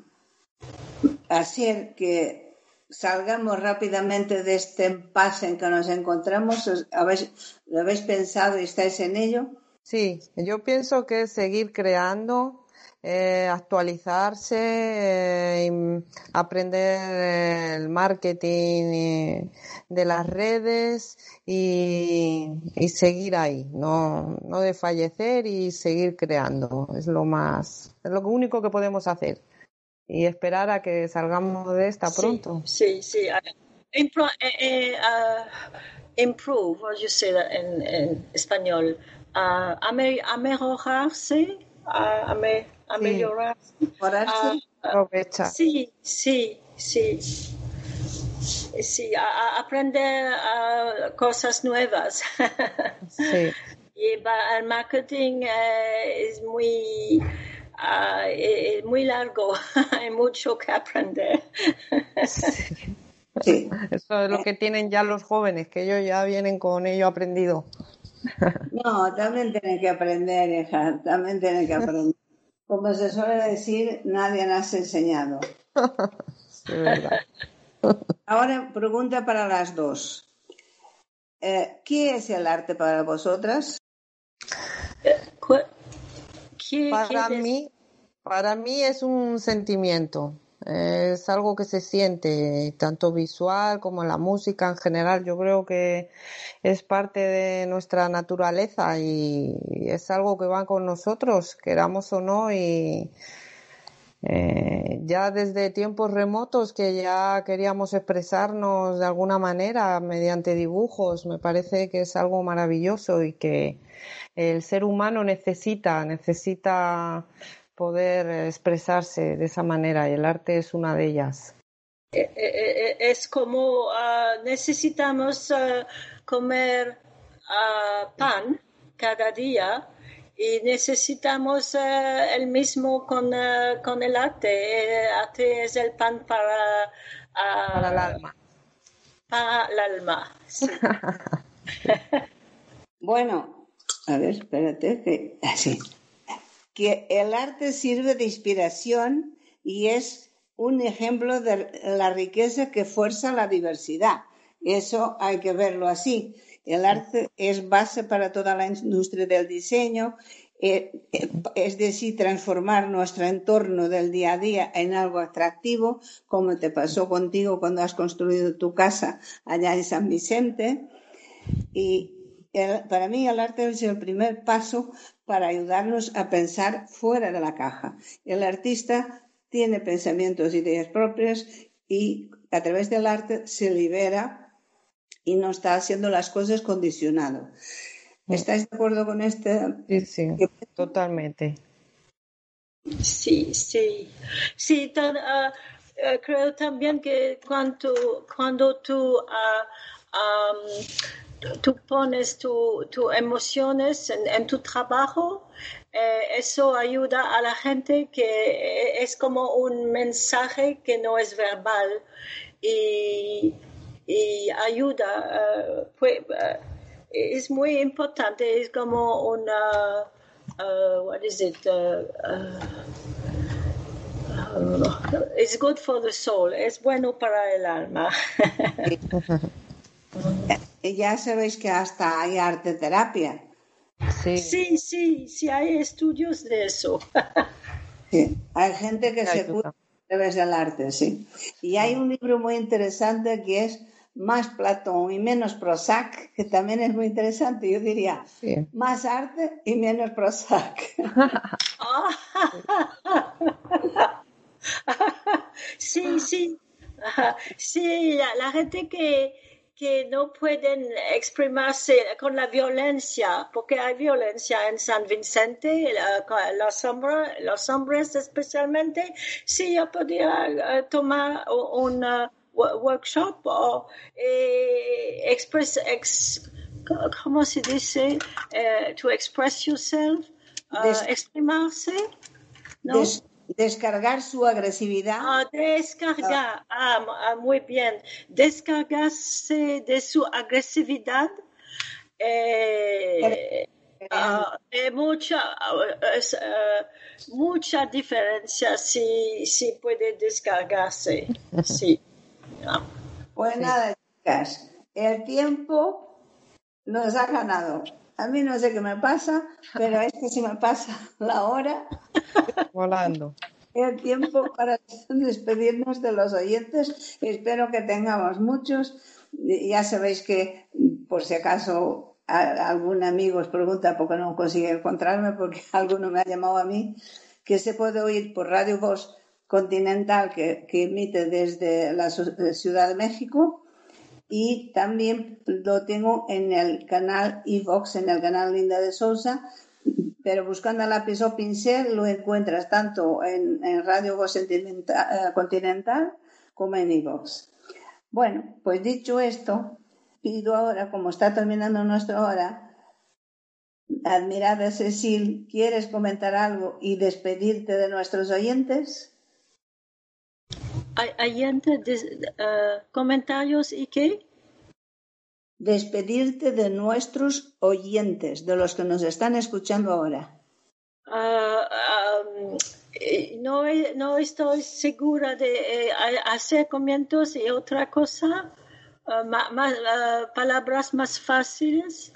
hacer que salgamos rápidamente de este impasse en que nos encontramos? ¿Habéis, ¿Lo habéis pensado y estáis en ello? Sí, yo pienso que es seguir creando. Eh, actualizarse, eh, aprender el marketing eh, de las redes y, y seguir ahí, no, no desfallecer y seguir creando. Es lo más, es lo único que podemos hacer y esperar a que salgamos de esta pronto. Sí, sí, sí. Impro, eh, eh, uh, improve, what you say that en, en español, uh, amer, amejorarse, uh, amer, a sí. mejorar. Uh, uh, sí, sí, sí. Sí, a, a aprender uh, cosas nuevas. Sí. Y el marketing eh, es muy, uh, es muy largo, hay mucho que aprender. Sí. Sí. Eso es lo que tienen ya los jóvenes, que ellos ya vienen con ello aprendido. No, también tienen que aprender, hija, también tienen que aprender. Como se suele decir, nadie nos ha enseñado. Sí, verdad. Ahora, pregunta para las dos. Eh, ¿Qué es el arte para vosotras? ¿Qué, qué Para des- mí, para mí es un sentimiento, es algo que se siente, tanto visual como en la música en general. Yo creo que es parte de nuestra naturaleza y es algo que va con nosotros, queramos o no, y eh, ya desde tiempos remotos que ya queríamos expresarnos de alguna manera mediante dibujos. Me parece que es algo maravilloso y que el ser humano necesita, necesita poder expresarse de esa manera y el arte es una de ellas. eh, eh, eh, es como ah, necesitamos ah, comer ah, pan cada día y necesitamos eh, el mismo con, eh, con el arte. El arte es el pan para, Para el ah, alma. para el alma. Sí. Bueno, a ver, espérate, que así. Que el arte sirve de inspiración y es un ejemplo de la riqueza que fuerza la diversidad. Eso hay que verlo así. El arte es base para toda la industria del diseño, eh, eh, es decir, transformar nuestro entorno del día a día en algo atractivo, como te pasó contigo cuando has construido tu casa allá en San Vicente. Y el, para mí el arte es el primer paso para ayudarnos a pensar fuera de la caja. El artista tiene pensamientos, ideas propias y a través del arte se libera y no está haciendo las cosas condicionado. ¿Estáis de acuerdo con este? Sí, sí, totalmente. Sí, sí, sí, tan, uh, uh, creo también que cuando, cuando tú, uh, um, tú pones tus tu emociones en, en, tu trabajo, eh, eso ayuda a la gente que es como un mensaje que no es verbal y, y ayuda, uh, pues, uh, es muy importante, es como una... Uh, what is it? Uh, uh, uh, it's good for the soul. Es bueno para el alma. Ya sabéis que hasta hay arte terapia. Sí. Sí, sí, sí, hay estudios de eso. Sí, hay gente que se Ayuda. cura a través del arte, sí. Y hay un libro muy interesante que es Más Platón y menos Prozac, que también es muy interesante. Yo diría, Sí. más arte y menos Prozac. Sí, sí, sí, la, la gente que, que no pueden exprimarse con la violencia, porque hay violencia en San Vicente, la, los, hombres, los hombres especialmente, sí, yo podría uh, tomar un uh, workshop o eh, express, ex, ¿cómo se dice? Uh, to express yourself, uh, Des, exprimarse, ¿no? Des, descargar su agresividad. Ah, descargar, ah, ah, muy bien. Descargarse de su agresividad. Eh, ah, eh, mucha, uh, mucha diferencia si, si puede descargarse. Sí. Ah. Pues Sí. nada, chicas, el tiempo nos ha ganado. A mí no sé qué me pasa, pero es que se me pasa la hora. Volando. El tiempo para despedirnos de los oyentes. Espero que tengamos muchos. Ya sabéis que, por si acaso algún amigo os pregunta por qué no consigue encontrarme, porque alguno me ha llamado a mí, que se puede oír por Radio Voz Continental, que, que emite desde la Ciudad de México, y también lo tengo en el canal iVox, en el canal Linda de Sousa, pero buscando a lápiz o pincel lo encuentras tanto en, en Radio Voz Continental como en iVox. Bueno, pues dicho esto, pido ahora, como está terminando nuestra hora, admirada Cecil, ¿quieres comentar algo y despedirte de nuestros oyentes? ¿Oyentes, uh, comentarios y qué? despedirte de nuestros oyentes, de los que nos están escuchando ahora. Uh, um, no, no estoy segura de eh, hacer comienzos y otra cosa, uh, más, más, uh, palabras más fáciles.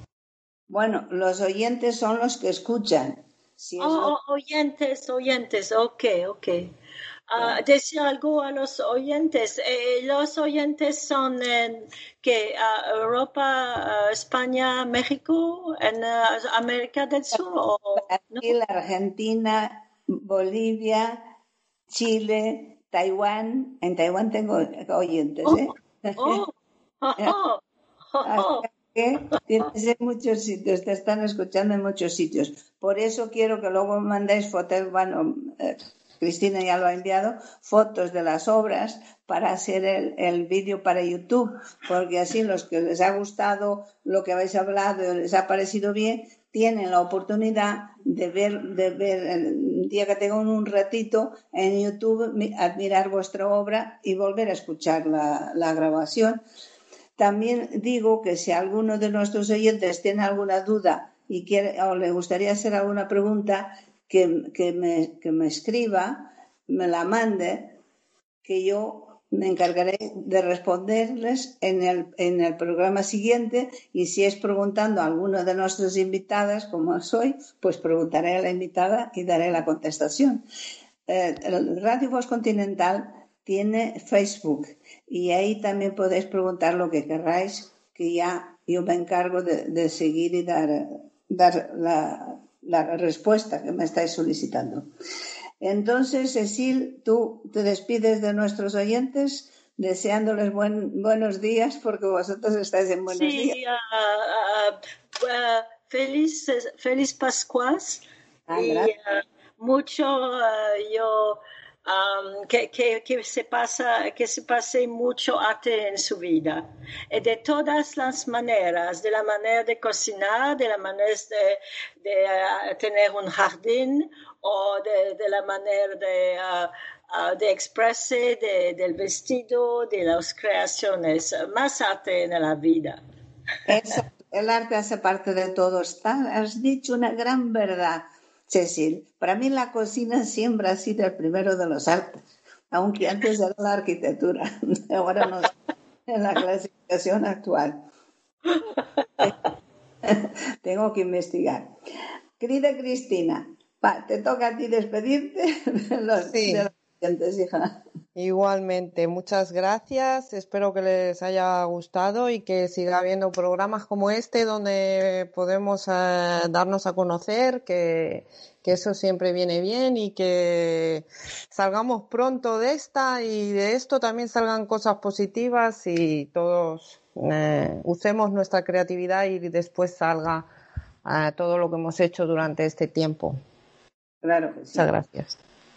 Bueno, los oyentes son los que escuchan. Si oh, lo... oh, oyentes, oyentes, ok, ok. Uh, decir algo a los oyentes. Eh, los oyentes son en que uh, Europa, uh, España, México, en uh, América del Sur. ¿O, Brasil, no? Argentina, Bolivia, Chile, Taiwán. En Taiwán tengo oyentes, ¿eh? Oh, oh, oh, oh, oh. Que tienes en muchos sitios, te están escuchando en muchos sitios. Por eso quiero que luego mandéis fotos, bueno, eh, Cristina ya lo ha enviado, fotos de las obras para hacer el, el vídeo para YouTube, porque así los que les ha gustado lo que habéis hablado y les ha parecido bien, tienen la oportunidad de ver, de ver el día que tengan un ratito en YouTube, admirar vuestra obra y volver a escuchar la, la grabación. También digo que si alguno de nuestros oyentes tiene alguna duda y quiere o le gustaría hacer alguna pregunta, que, que, me, que me escriba, me la mande, que yo me encargaré de responderles en el, en el programa siguiente, y si es preguntando a alguno de nuestros invitados, como soy, pues preguntaré a la invitada y daré la contestación. Eh, Radio Voz Continental tiene Facebook y ahí también podéis preguntar lo que queráis, que ya yo me encargo de, de seguir y dar, dar la, la respuesta que me estáis solicitando. Entonces, Cecil, tú te despides de nuestros oyentes deseándoles buen, buenos días, porque vosotros estáis en buenos sí, días. Uh, uh, uh, feliz, feliz Pascuas. Ah, y uh, mucho uh, yo um, que, que, que se pasa, que se pase mucho arte en su vida. Y de todas las maneras, de la manera de cocinar, de la manera de, de uh, tener un jardín, o de, de la manera de, uh, uh, de expresarse de, del vestido, de las creaciones, más arte en la vida. Eso, el arte hace parte de todo. Está, has dicho una gran verdad, Cecil. Para mí la cocina siempre ha sido el primero de los artes, aunque antes era la arquitectura, ahora no en la clasificación actual. Tengo que investigar. Querida Cristina, va, te toca a ti despedirte de los, sí. de los clientes, hija. Igualmente, muchas gracias. Espero que les haya gustado y que siga habiendo programas como este donde podemos eh, darnos a conocer, que, que eso siempre viene bien, y que salgamos pronto de esta y de esto también salgan cosas positivas y todos eh, usemos nuestra creatividad y después salga eh, todo lo que hemos hecho durante este tiempo. Claro que sí. Muchas gracias.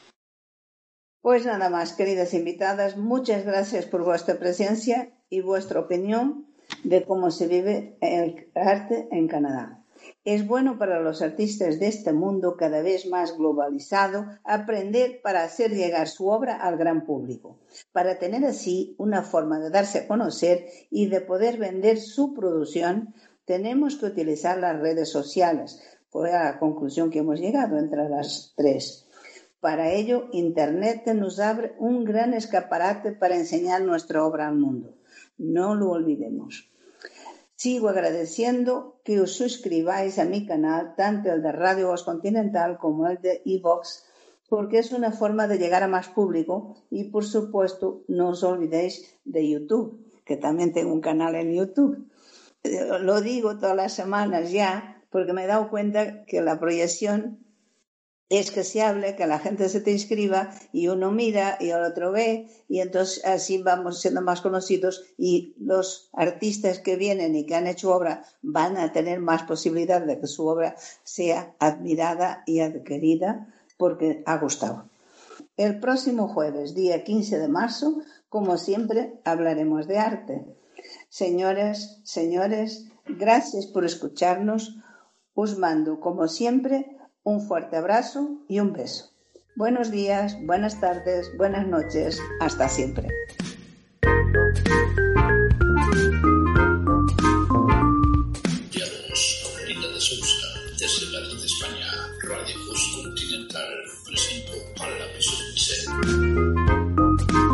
Pues nada más, queridas invitadas, muchas gracias por vuestra presencia y vuestra opinión de cómo se vive el arte en Canadá. Es bueno para los artistas de este mundo cada vez más globalizado aprender para hacer llegar su obra al gran público, para tener así una forma de darse a conocer y de poder vender su producción. Tenemos que utilizar las redes sociales. Fue a la conclusión que hemos llegado entre las tres. Para ello, Internet nos abre un gran escaparate para enseñar nuestra obra al mundo. No lo olvidemos. Sigo agradeciendo que os suscribáis a mi canal, tanto el de Radio Voz Continental como el de iVox, porque es una forma de llegar a más público, y, por supuesto, no os olvidéis de YouTube, que también tengo un canal en YouTube. Lo digo todas las semanas ya, porque me he dado cuenta que la proyección es que se hable, que la gente se te inscriba y uno mira y el otro ve, y entonces así vamos siendo más conocidos, y los artistas que vienen y que han hecho obra van a tener más posibilidad de que su obra sea admirada y adquirida porque ha gustado. El próximo jueves, día quince de marzo, como siempre, hablaremos de arte. Señoras, señores, gracias por escucharnos. Os mando, como siempre, un fuerte abrazo y un beso. Buenos días, buenas tardes, buenas noches. Hasta siempre. Sousa, desde Madrid, España, Radio Postcontinental presentó A Lápiz o Pincel.